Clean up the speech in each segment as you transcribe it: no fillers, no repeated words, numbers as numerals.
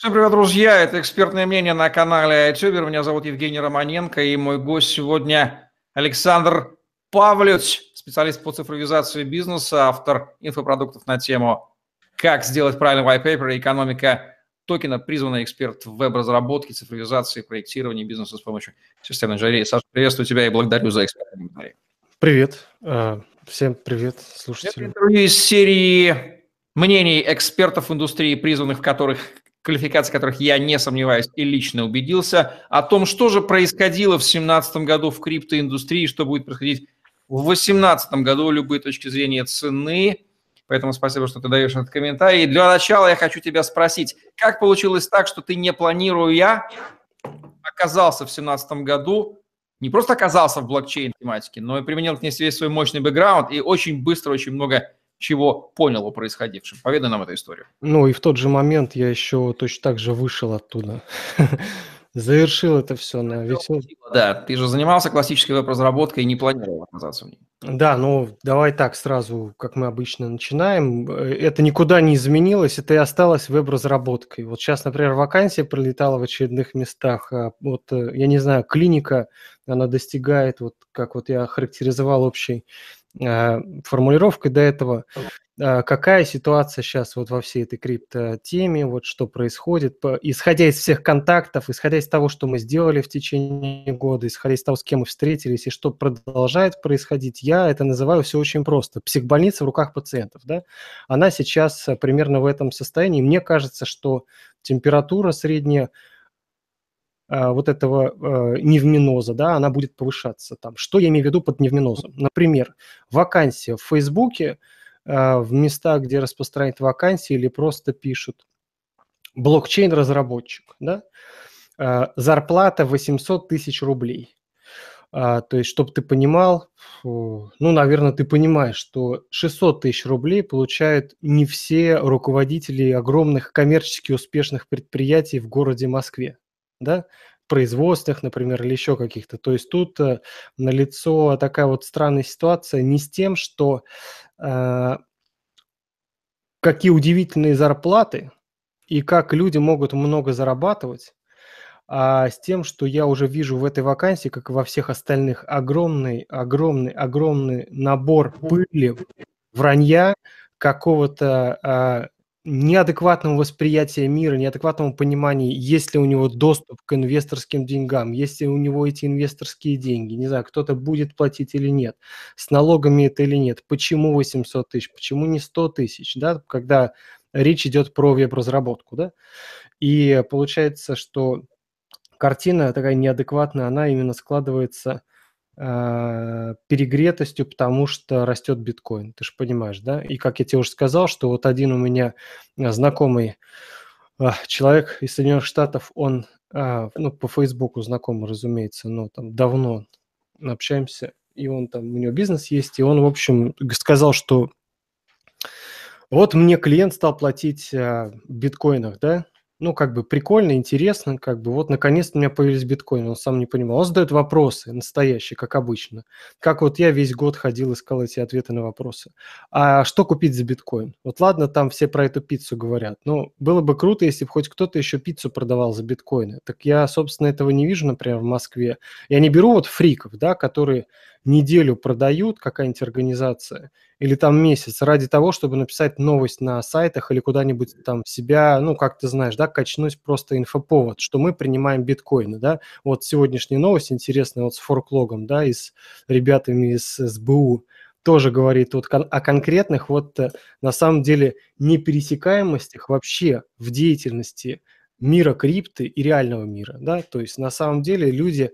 Всем привет, друзья! Это экспертное мнение на канале iTuber. Меня зовут Евгений Романенко, и мой гость сегодня Александр Павлюц, специалист по цифровизации бизнеса, автор инфопродуктов на тему «Как сделать правильный white paper и экономика токена», призванный эксперт в веб-разработке, цифровизации, проектировании бизнеса с помощью системной инженерии. Саша, приветствую тебя и благодарю за экспертный комментарий. Привет. Всем привет, Это слушателям. интервью из серии мнений экспертов индустрии, призванных в которых квалификации которых я не сомневаюсь и лично убедился, о том, что же происходило в 2017 году в криптоиндустрии, что будет происходить в 2018 году, любые точки зрения цены. Поэтому спасибо, что ты даешь этот комментарий. Для начала я хочу тебя спросить, как получилось так, что ты, не планируя, оказался в 2017 году, не просто оказался в блокчейн-тематике, но и применил к ней весь свой мощный бэкграунд и очень быстро, очень много чего понял о происходившем. Поведай нам эту историю. Ну и в тот же момент я еще точно так же вышел оттуда. Завершил это все на веселом. Да, ты же занимался классической веб-разработкой и не планировал оказаться в ней. Да, ну давай так сразу, как мы обычно начинаем. Это никуда не изменилось, это и осталось веб-разработкой. Вот сейчас, например, вакансия пролетала в очередных местах. Вот, я не знаю, клиника, она достигает, вот как вот я характеризовал общей формулировкой до этого, какая ситуация сейчас вот во всей этой крипто-теме, вот что происходит, исходя из всех контактов, исходя из того, что мы сделали в течение года, исходя из того, с кем мы встретились и что продолжает происходить, я это называю все очень просто. Психбольница в руках пациентов, да, она сейчас примерно в этом состоянии. Мне кажется, что температура средняя вот этого невминоза, да, она будет повышаться. Там, что я имею в виду под невминозом? Например, вакансия в Фейсбуке, в местах, где распространяют вакансии или просто пишут блокчейн-разработчик, да, зарплата 800 тысяч рублей. То есть, чтобы ты понимал, ну, наверное, ты понимаешь, что 600 тысяч рублей получают не все руководители огромных коммерчески успешных предприятий в городе Москве, да, производственных, например, или еще каких-то. То есть тут налицо такая вот странная ситуация не с тем, что какие удивительные зарплаты и как люди могут много зарабатывать, а с тем, что я уже вижу в этой вакансии, как и во всех остальных, огромный, огромный, огромный набор пыли, вранья, какого-то неадекватного восприятия мира, неадекватного понимания, есть ли у него доступ к инвесторским деньгам, есть ли у него эти инвесторские деньги, не знаю, кто-то будет платить или нет, с налогами это или нет, почему 800 тысяч, почему не 100 тысяч, да, когда речь идет про веб-разработку, да, и получается, что картина такая неадекватная, она именно складывается перегретостью, потому что растет биткоин. Ты же понимаешь, да? И как я тебе уже сказал, что вот один у меня знакомый человек из Соединенных Штатов, он, ну, по Фейсбуку знакомый, разумеется, но там давно общаемся, и он там, у него бизнес есть, и он, в общем, сказал, что вот мне клиент стал платить в биткоинах, да, ну, как бы прикольно, интересно, как бы вот наконец-то у меня появились биткоины, он сам не понимал. Он задает вопросы настоящие, как обычно. Как вот я весь год ходил, искал эти ответы на вопросы. А что купить за биткоин? Вот ладно, там все про эту пиццу говорят, но было бы круто, если бы хоть кто-то еще пиццу продавал за биткоины. Так я, собственно, этого не вижу, например, в Москве. Я не беру вот фриков, да, которые неделю продают, какая-нибудь организация, или там месяц ради того, чтобы написать новость на сайтах или куда-нибудь там себя, ну, как ты знаешь, да, качнуть просто инфоповод, что мы принимаем биткоины, да. Вот сегодняшняя новость интересная вот с форклогом, да, и с ребятами из СБУ тоже говорит вот о конкретных вот на самом деле непересекаемостях вообще в деятельности мира крипты и реального мира, да, то есть на самом деле люди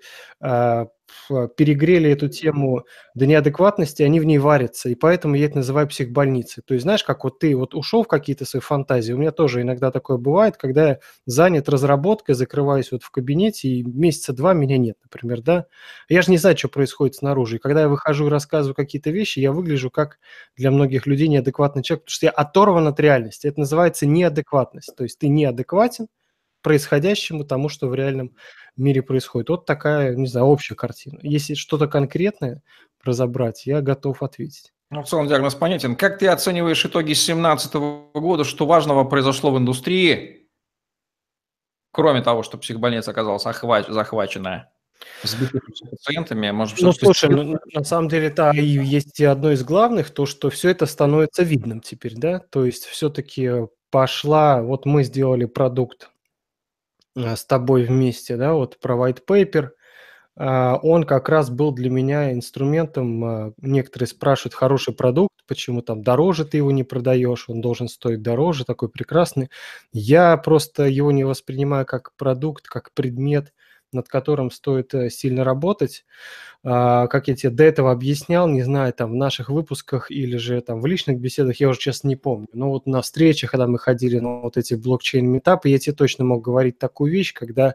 перегрели эту тему до неадекватности, они в ней варятся, и поэтому я это называю психбольницей. То есть знаешь, как вот ты вот ушел в какие-то свои фантазии, у меня тоже иногда такое бывает, когда я занят разработкой, закрываюсь вот в кабинете, и месяца два меня нет, например, да. Я же не знаю, что происходит снаружи, и когда я выхожу и рассказываю какие-то вещи, я выгляжу как для многих людей неадекватный человек, потому что я оторван от реальности. Это называется неадекватность, то есть ты неадекватен происходящему, тому, что в реальном мире происходит. Вот такая, не знаю, общая картина. Если что-то конкретное разобрать, я готов ответить. Ну, в целом диагноз понятен. Как ты оцениваешь итоги 2017 года? Что важного произошло в индустрии? Кроме того, что психбольница оказалась захвачена взбесившимися пациентами, может, Ну, что-то слушай, позитивное? ну, на самом деле, да, и есть и одно из главных, то, что все это становится видным теперь, да. То есть все-таки пошла, вот мы сделали продукт с тобой вместе, да, вот про white paper. Он как раз был для меня инструментом. Некоторые спрашивают, хороший продукт, почему там дороже ты его не продаешь, он должен стоить дороже, такой прекрасный. Я просто его не воспринимаю как продукт, как предмет, над которым стоит сильно работать. Как я тебе до этого объяснял, не знаю, там в наших выпусках или же там в личных беседах, я уже честно не помню. Но вот на встречах, когда мы ходили на вот эти блокчейн-метапы, я тебе точно мог говорить такую вещь, когда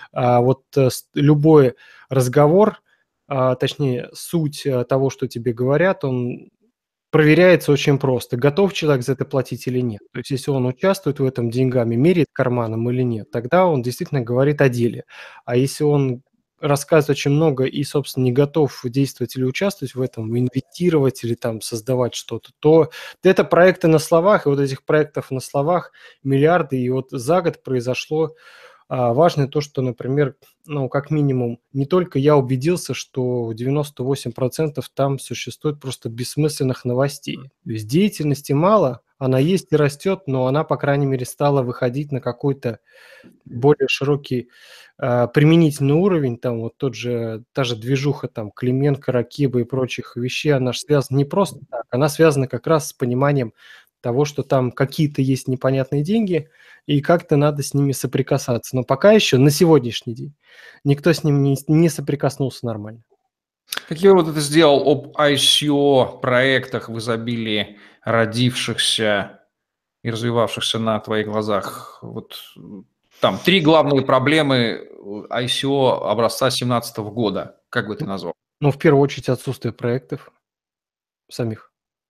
любой разговор, точнее, суть того, что тебе говорят, он проверяется очень просто. Готов человек за это платить или нет. То есть если он участвует в этом деньгами, меряет карманом или нет, тогда он действительно говорит о деле. А если он рассказывает очень много и, собственно, не готов действовать или участвовать в этом, инвестировать или там создавать что-то, то это проекты на словах, и вот этих проектов на словах миллиарды, и вот за год произошло важно то, что, например, ну, как минимум, не только я убедился, что 98% там существует просто бессмысленных новостей. То есть деятельности мало, она есть и растет, но она, по крайней мере, стала выходить на какой-то более широкий применительный уровень. Там вот та же движуха там Клименко, Ракиба и прочих вещей, она же связана не просто так, она связана как раз с пониманием того, что там какие-то есть непонятные деньги, и как-то надо с ними соприкасаться. Но пока еще на сегодняшний день никто с ним не соприкоснулся нормально. Какие выводы ты сделал об ICO проектах в изобилии, родившихся и развивавшихся на твоих глазах? Вот там 3 главные проблемы ICO образца 2017 года. Как бы ты назвал? Ну, в первую очередь, отсутствие проектов самих.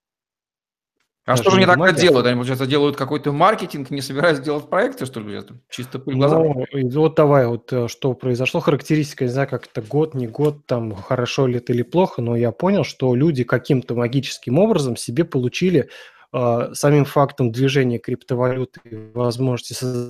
А что же Даже они не тогда бумаги, а делают? Они, получается, делают какой-то маркетинг, не собираются делать проекты, что ли? Это чисто пыль в глаза. ну, и вот давай, вот что произошло. Характеристика, не знаю, как это год, не год, там, хорошо ли это или плохо, но я понял, что люди каким-то магическим образом себе получили самим фактом движения криптовалюты и возможности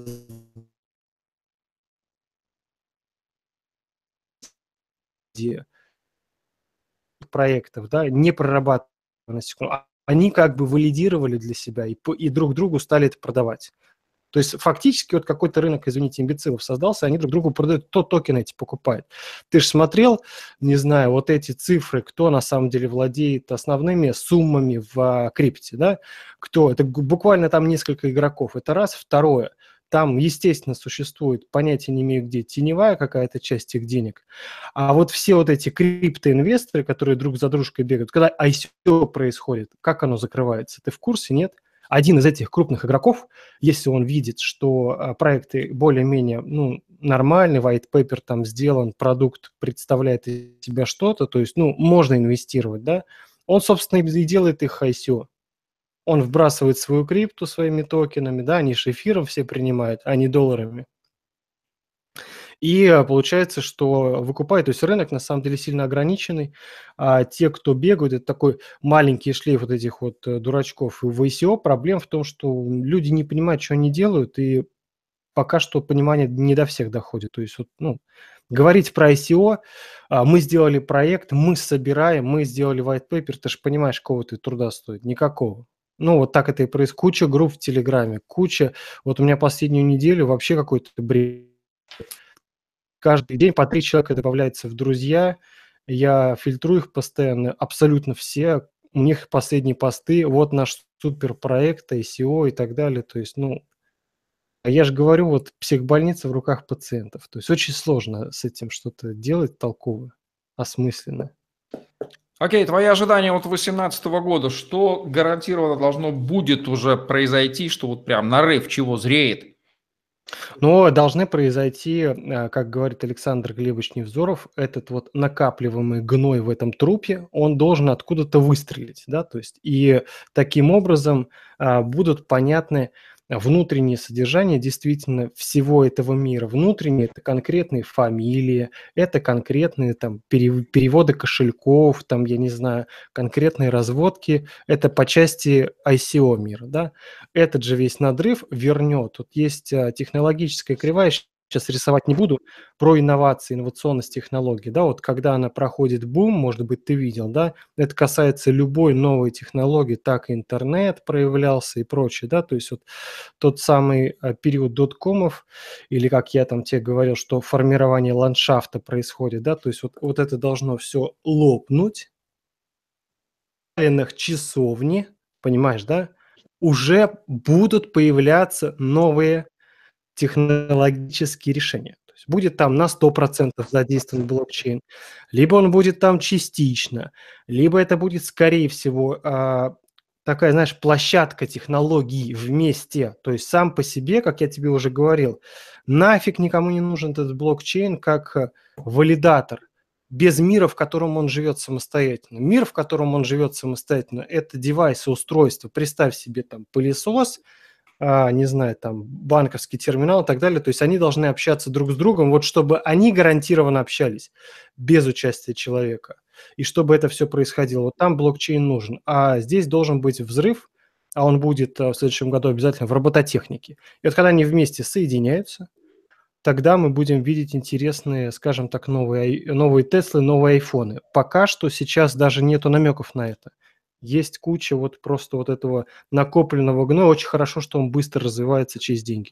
проектов, да, не прорабатывая на секунду, они как бы валидировали для себя и друг другу стали это продавать. То есть фактически вот какой-то рынок, извините, имбецилов создался, они друг другу продают, кто токены эти покупает. Ты же смотрел, не знаю, вот эти цифры, кто на самом деле владеет основными суммами в крипте, да? Кто? Это буквально там несколько игроков. Это раз. Второе. Там, естественно, существует, понятия не имею где, теневая какая-то часть их денег. А вот все вот эти криптоинвесторы, которые друг за дружкой бегают, когда ICO происходит, как оно закрывается? Ты в курсе, нет? Один из этих крупных игроков, если он видит, что проекты более-менее нормальный, white paper там сделан, продукт представляет из себя что-то, то есть, можно инвестировать, да, он, собственно, и делает их ICO. Он вбрасывает свою крипту своими токенами, да, они же эфиром все принимают, а не долларами. И получается, что выкупают, то есть рынок на самом деле сильно ограниченный, а те, кто бегают, это такой маленький шлейф вот этих вот дурачков. И в ICO проблем в том, что люди не понимают, что они делают, и пока что понимание не до всех доходит. То есть вот, говорить про ICO, мы сделали проект, мы собираем, мы сделали white paper, ты же понимаешь, какого это труда стоит? Никакого. Ну, вот так это и происходит. Куча групп в Телеграме, куча. Вот у меня последнюю неделю вообще какой-то бред. Каждый день по 3 человека добавляется в друзья. Я фильтрую их постоянно, абсолютно все. У них последние посты, вот наш суперпроект, ICO и так далее. То есть, я же говорю, вот психбольница в руках пациентов. То есть очень сложно с этим что-то делать толковое, осмысленное. Окей, твои ожидания от 2018 года, что гарантированно должно будет уже произойти, что вот прям нарыв чего зреет? Но должны произойти, как говорит Александр Глебович Невзоров, этот вот накапливаемый гной в этом трупе, он должен откуда-то выстрелить, да, то есть и таким образом будут понятны внутреннее содержание действительно всего этого мира. Внутреннее – это конкретные фамилии, это конкретные там переводы кошельков, там, я не знаю, конкретные разводки, это по части ICO мира, да. Этот же весь надрыв вернет. Тут есть технологическая кривая, сейчас рисовать не буду, про инновации, инновационность технологий, да, вот когда она проходит бум, может быть, ты видел, да, это касается любой новой технологии, так и интернет проявлялся и прочее, да, то есть вот тот самый период доткомов, или как я там тебе говорил, что формирование ландшафта происходит, да, то есть вот это должно все лопнуть, часовни, понимаешь, да, уже будут появляться новые технологические решения. То есть будет там на 100% задействован блокчейн, либо он будет там частично, либо это будет, скорее всего, такая, знаешь, площадка технологий вместе. То есть сам по себе, как я тебе уже говорил, нафиг никому не нужен этот блокчейн как валидатор без мира, в котором он живет самостоятельно. Мир, в котором он живет самостоятельно, это девайсы, устройства. Представь себе там пылесос, не знаю, там банковский терминал и так далее. То есть они должны общаться друг с другом, вот чтобы они гарантированно общались без участия человека. И чтобы это все происходило. Вот там блокчейн нужен. А здесь должен быть взрыв, а он будет в следующем году обязательно в робототехнике. И вот когда они вместе соединяются, тогда мы будем видеть интересные, скажем так, новые Теслы, новые айфоны. Пока что сейчас даже нету намеков на это. Есть куча вот просто вот этого накопленного гноя. Очень хорошо, что он быстро развивается через деньги.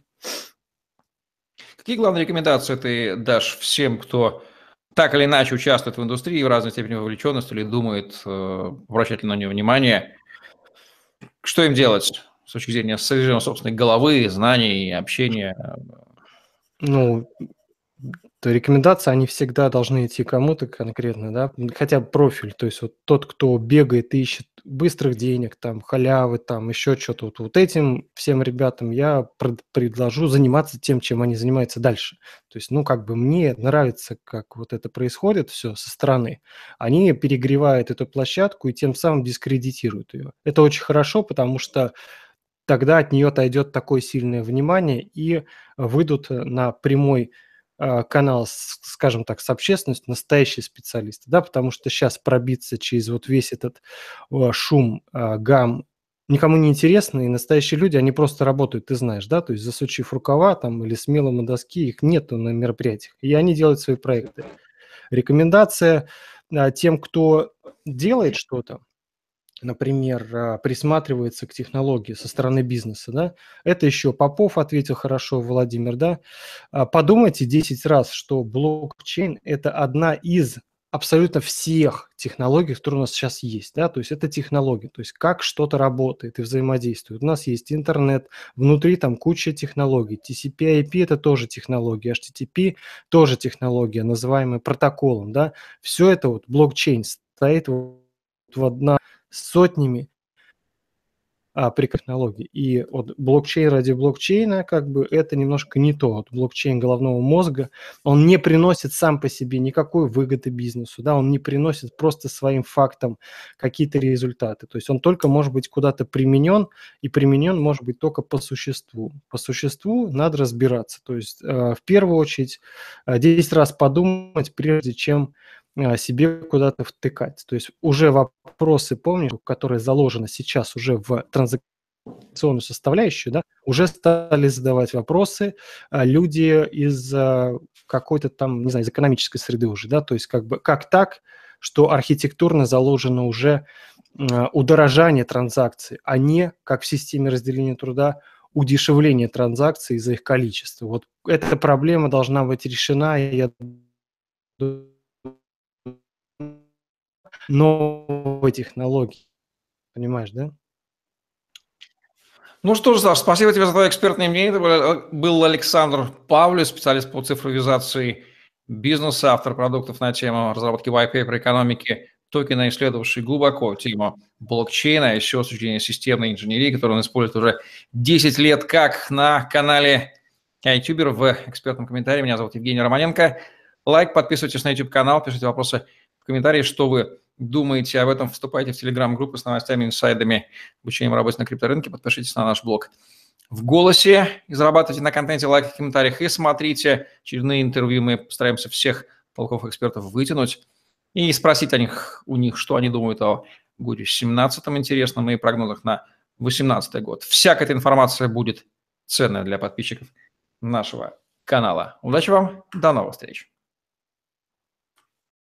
Какие главные рекомендации ты дашь всем, кто так или иначе участвует в индустрии в разной степени вовлеченности или думает обращать на нее внимание? Что им делать с точки зрения содержания собственной головы, знаний, общения? Ну, то рекомендации, они всегда должны идти кому-то конкретно, да, хотя бы профиль, то есть вот тот, кто бегает и ищет быстрых денег, там, халявы, там, еще что-то, вот этим всем ребятам я предложу заниматься тем, чем они занимаются дальше. То есть, ну, как бы мне нравится, как вот это происходит все со стороны. Они перегревают эту площадку и тем самым дискредитируют ее. Это очень хорошо, потому что тогда от нее отойдет такое сильное внимание и выйдут на прямой канал, скажем так, с общественностью настоящие специалисты, да, потому что сейчас пробиться через вот весь этот шум, гам никому не интересно, и настоящие люди, они просто работают, ты знаешь, да, то есть засучив рукава там или смело на доске, их нету на мероприятиях, и они делают свои проекты. Рекомендация тем, кто делает что-то, например, присматривается к технологии со стороны бизнеса, да, это еще Попов ответил хорошо, Владимир, да, подумайте 10 раз, что блокчейн – это одна из абсолютно всех технологий, которые у нас сейчас есть, да, то есть это технология, то есть как что-то работает и взаимодействует. У нас есть интернет, внутри там куча технологий, TCP/IP – это тоже технология, HTTP – тоже технология, называемая протоколом, да, все это вот блокчейн стоит в одна сотнями технологий. И вот блокчейн ради блокчейна, как бы это немножко не то. Вот блокчейн головного мозга, он не приносит сам по себе никакой выгоды бизнесу, да, он не приносит просто своим фактом какие-то результаты. То есть он только может быть куда-то применен, и применен может быть только по существу. По существу надо разбираться. То есть в первую очередь 10 раз подумать, прежде чем себе куда-то втыкать. То есть уже вопросы, помнишь, которые заложены сейчас уже в транзакционную составляющую, да, уже стали задавать вопросы люди из какой-то там, не знаю, из экономической среды уже, да, то есть как бы как так, что архитектурно заложено уже удорожание транзакций, а не, как в системе разделения труда, удешевление транзакций из-за их количества. Вот эта проблема должна быть решена, и я думаю, новой технологии. Понимаешь, да? Ну что ж, Саш, спасибо тебе за твое экспертное мнение. Это был Александр Павлев, специалист по цифровизации бизнеса, автор продуктов на тему разработки white paper экономики токена, исследовавший глубоко тему блокчейна, а еще с точки зрения системной инженерии, которую он использует уже 10 лет как на канале iTuber в экспертном комментарии. Меня зовут Евгений Романенко. Лайк, подписывайтесь на YouTube-канал, пишите вопросы в комментарии, что вы думаете об этом, вступайте в телеграм-группы с новостями, инсайдами, обучением работе на крипторынке, подпишитесь на наш блог в «Голосе» и зарабатывайте на контенте, лайках, комментариях и смотрите очередные интервью. Мы постараемся всех толковых экспертов вытянуть и спросить у них, что они думают о годе 17-м интересном и прогнозах на 18-й год. Всякая эта информация будет ценная для подписчиков нашего канала. Удачи вам, до новых встреч.